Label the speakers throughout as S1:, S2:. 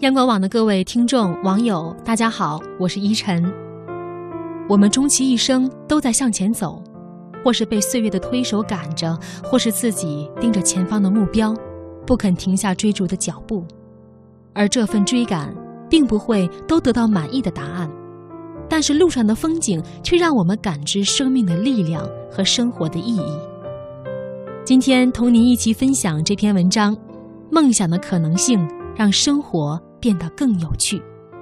S1: 央广网的各位听众网友大家好，我是依晨。我们终其一生都在向前走，或是被岁月的推手赶着，或是自己盯着前方的目标，不肯停下追逐的脚步。而这份追赶并不会都得到满意的答案，但是路上的风景却让我们感知生命的力量和生活的意义。今天同您一起分享这篇文章，梦想的可能性让生活变得更有趣。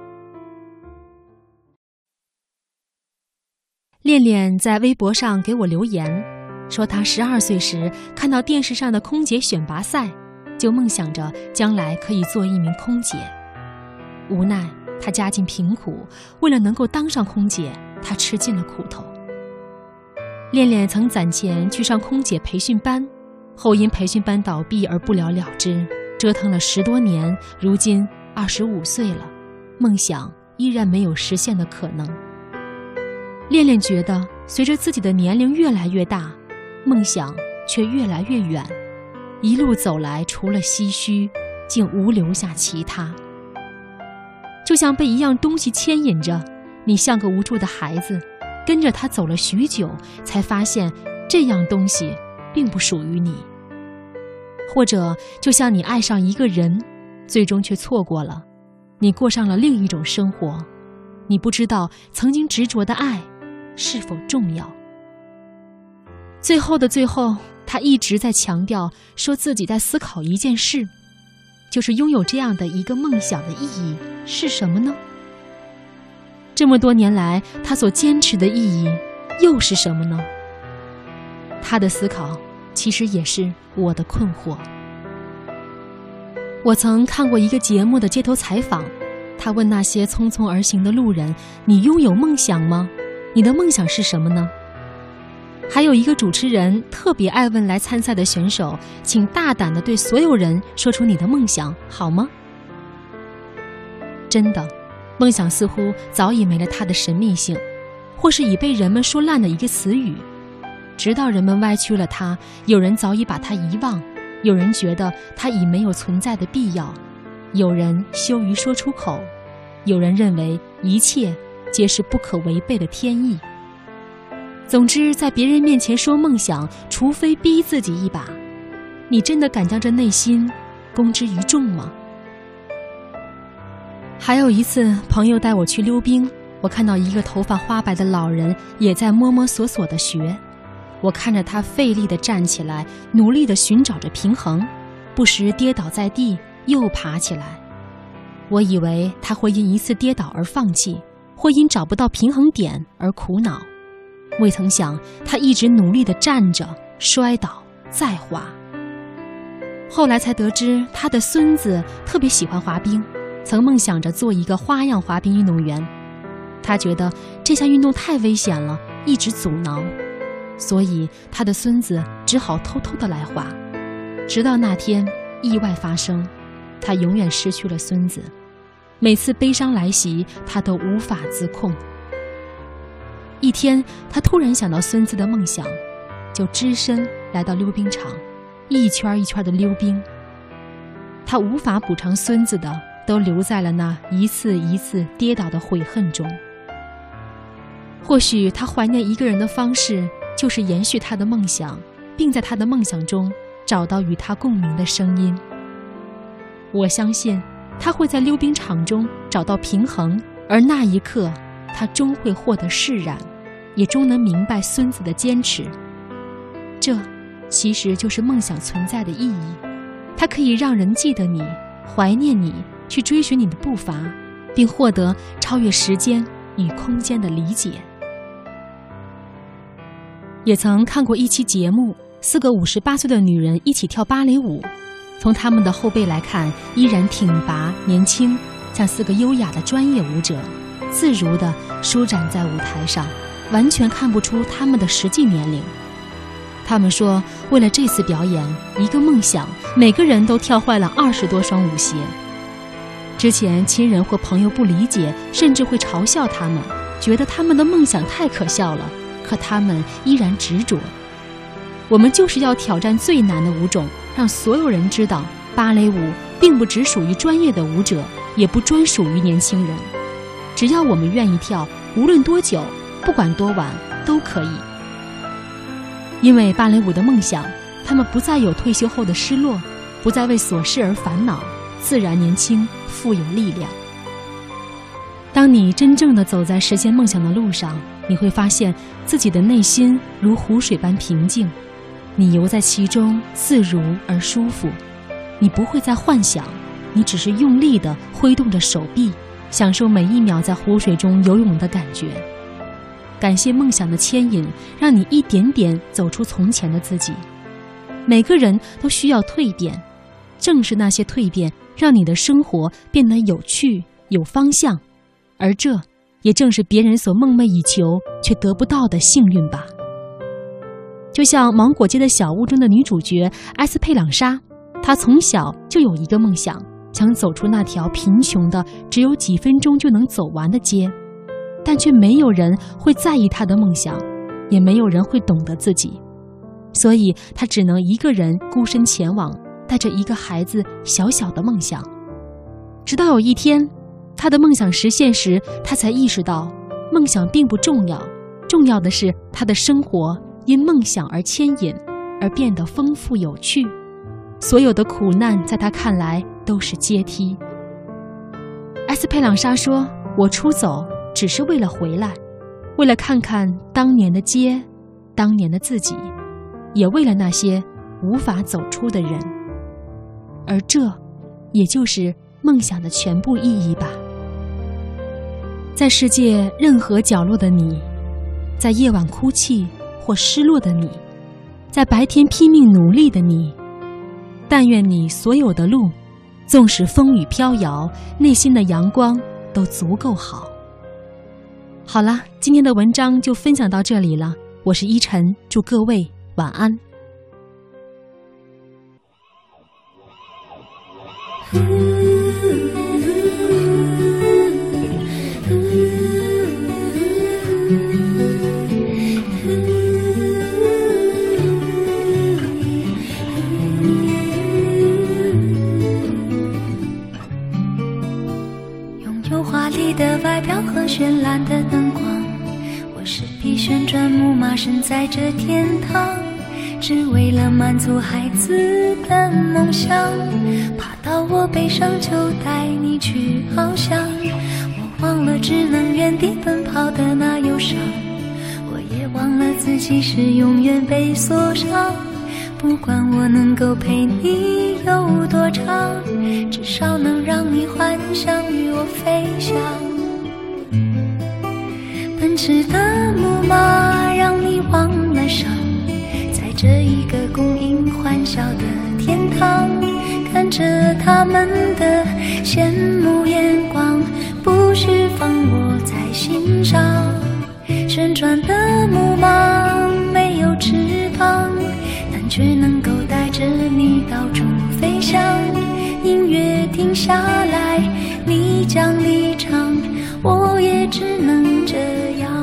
S1: 恋恋在微博上给我留言，说她12岁时看到电视上的空姐选拔赛，就梦想着将来可以做一名空姐。无奈她家境贫苦，为了能够当上空姐，她吃尽了苦头。恋恋曾攒钱去上空姐培训班，后因培训班倒闭而不了了之，折腾了10多年，如今25岁了，梦想依然没有实现的可能。恋恋觉得随着自己的年龄越来越大，梦想却越来越远，一路走来除了唏嘘，竟无留下其他。就像被一样东西牵引着，你像个无助的孩子，跟着他走了许久，才发现这样东西并不属于你。或者就像你爱上一个人，最终却错过了，你过上了另一种生活，你不知道曾经执着的爱是否重要。最后的最后，他一直在强调，说自己在思考一件事，就是拥有这样的一个梦想的意义是什么呢？这么多年来，他所坚持的意义又是什么呢？他的思考其实也是我的困惑。我曾看过一个节目的街头采访，他问那些匆匆而行的路人，你拥有梦想吗？你的梦想是什么呢？还有一个主持人特别爱问来参赛的选手，请大胆地对所有人说出你的梦想好吗？真的，梦想似乎早已没了它的神秘性，或是已被人们说烂的一个词语，直到人们歪曲了它，有人早已把它遗忘，有人觉得它已没有存在的必要，有人羞于说出口，有人认为一切皆是不可违背的天意。总之，在别人面前说梦想，除非逼自己一把，你真的敢将这内心公之于众吗？还有一次，朋友带我去溜冰，我看到一个头发花白的老人也在摸摸索索地学。我看着他费力地站起来，努力地寻找着平衡，不时跌倒在地，又爬起来。我以为他会因一次跌倒而放弃，会因找不到平衡点而苦恼，未曾想他一直努力地站着，摔倒再滑。后来才得知，他的孙子特别喜欢滑冰，曾梦想着做一个花样滑冰运动员。他觉得这项运动太危险了，一直阻挠，所以他的孙子只好偷偷地来滑。直到那天意外发生，他永远失去了孙子。每次悲伤来袭，他都无法自控。一天，他突然想到孙子的梦想，就只身来到溜冰场，一圈一圈的溜冰。他无法补偿孙子的，都留在了那一次一次跌倒的悔恨中。或许他怀念一个人的方式，就是延续他的梦想，并在他的梦想中找到与他共鸣的声音。我相信他会在溜冰场中找到平衡，而那一刻他终会获得释然，也终能明白孙子的坚持。这其实就是梦想存在的意义，它可以让人记得你，怀念你，去追寻你的步伐，并获得超越时间与空间的理解。也曾看过一期节目，4个58岁的女人一起跳芭蕾舞，从她们的后背来看，依然挺拔年轻，像4个优雅的专业舞者，自如地舒展在舞台上，完全看不出她们的实际年龄。他们说，为了这次表演，一个梦想，每个人都跳坏了20多双舞鞋。之前亲人或朋友不理解，甚至会嘲笑他们，觉得他们的梦想太可笑了，可他们依然执着。我们就是要挑战最难的舞种，让所有人知道芭蕾舞并不只属于专业的舞者， 也不专属于年轻人。只要我们愿意跳，无论多久，不管多晚，都可以。因为芭蕾舞的梦想，他们不再有退休后的失落，不再为琐事而烦恼，自然年轻，富有力量。当你真正地走在实现梦想的路上，你会发现自己的内心如湖水般平静，你游在其中，自如而舒服。你不会再幻想，你只是用力地挥动着手臂，享受每一秒在湖水中游泳的感觉。感谢梦想的牵引，让你一点点走出从前的自己。每个人都需要蜕变，正是那些蜕变，让你的生活变得有趣、有方向。而这也正是别人所梦寐以求却得不到的幸运吧。就像芒果街的小屋中的女主角埃斯佩朗莎，她从小就有一个梦想，想走出那条贫穷的只有几分钟就能走完的街，但却没有人会在意她的梦想，也没有人会懂得自己，所以她只能一个人孤身前往，带着一个孩子小小的梦想。直到有一天，他的梦想实现时，他才意识到梦想并不重要，重要的是他的生活因梦想而牵引，而变得丰富有趣。所有的苦难在他看来都是阶梯。埃斯佩朗莎说，我出走只是为了回来，为了看看当年的街，当年的自己，也为了那些无法走出的人。而这也就是梦想的全部意义吧。在世界任何角落的你，在夜晚哭泣或失落的你，在白天拼命努力的你，但愿你所有的路，纵使风雨飘摇，内心的阳光都足够好。好了，今天的文章就分享到这里了，我是依晨，祝各位晚安。
S2: 的外表和绚烂的灯光，我是匹旋转木马，身在这天堂，只为了满足孩子的梦想。爬到我背上就带你去翱翔，我忘了只能原地奔跑的那忧伤，我也忘了自己是永远被锁上。不管我能够陪你有多长，至少能让你幻想与我飞翔。奔驰的木马让你忘了伤，在这一个供应欢笑的天堂，看着他们的羡慕眼光，不需放我在心上。旋转的木马没有翅膀，却能够带着你到处飞翔。音乐停下来，你将离场，我也只能这样。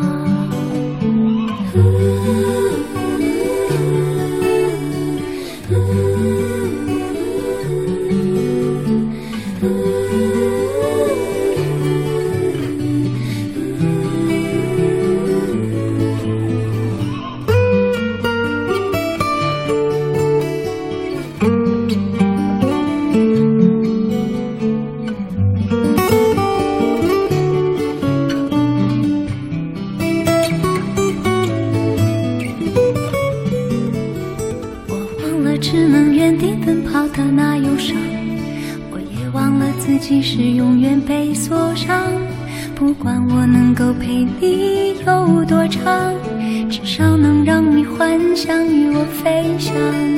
S2: 只能原地奔跑的那忧伤，我也忘了自己是永远被锁上。不管我能够陪你有多长，至少能让你幻想与我飞翔。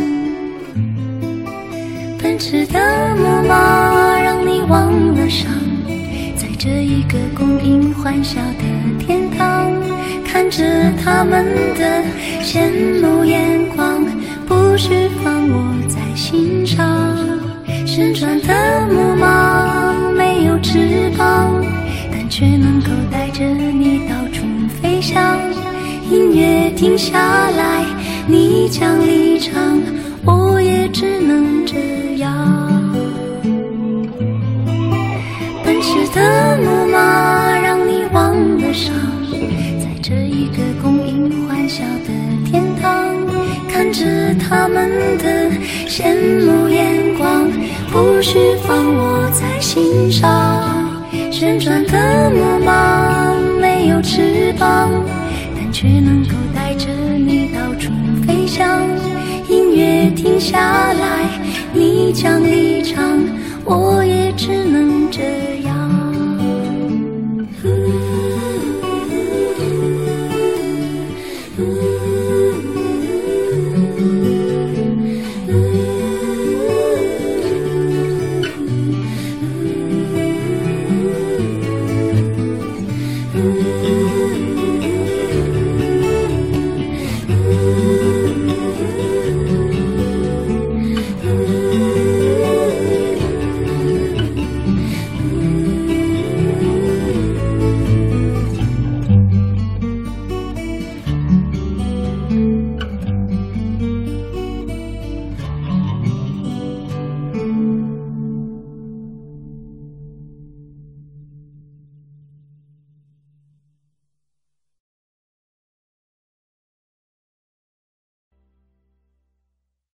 S2: 奔驰的木马让你忘了伤，在这一个供应欢笑的天堂，看着他们的羡慕眼光，不需放我在心上。旋转的木马没有翅膀，但却能够带着你到处飞翔。音乐停下来，你将离场，我也只能这样。 们的羡慕眼光，不需放我在心上。旋转的木马没有翅膀，但却能够带着你到处飞翔。音乐停下来，你将离场，我也只能这样。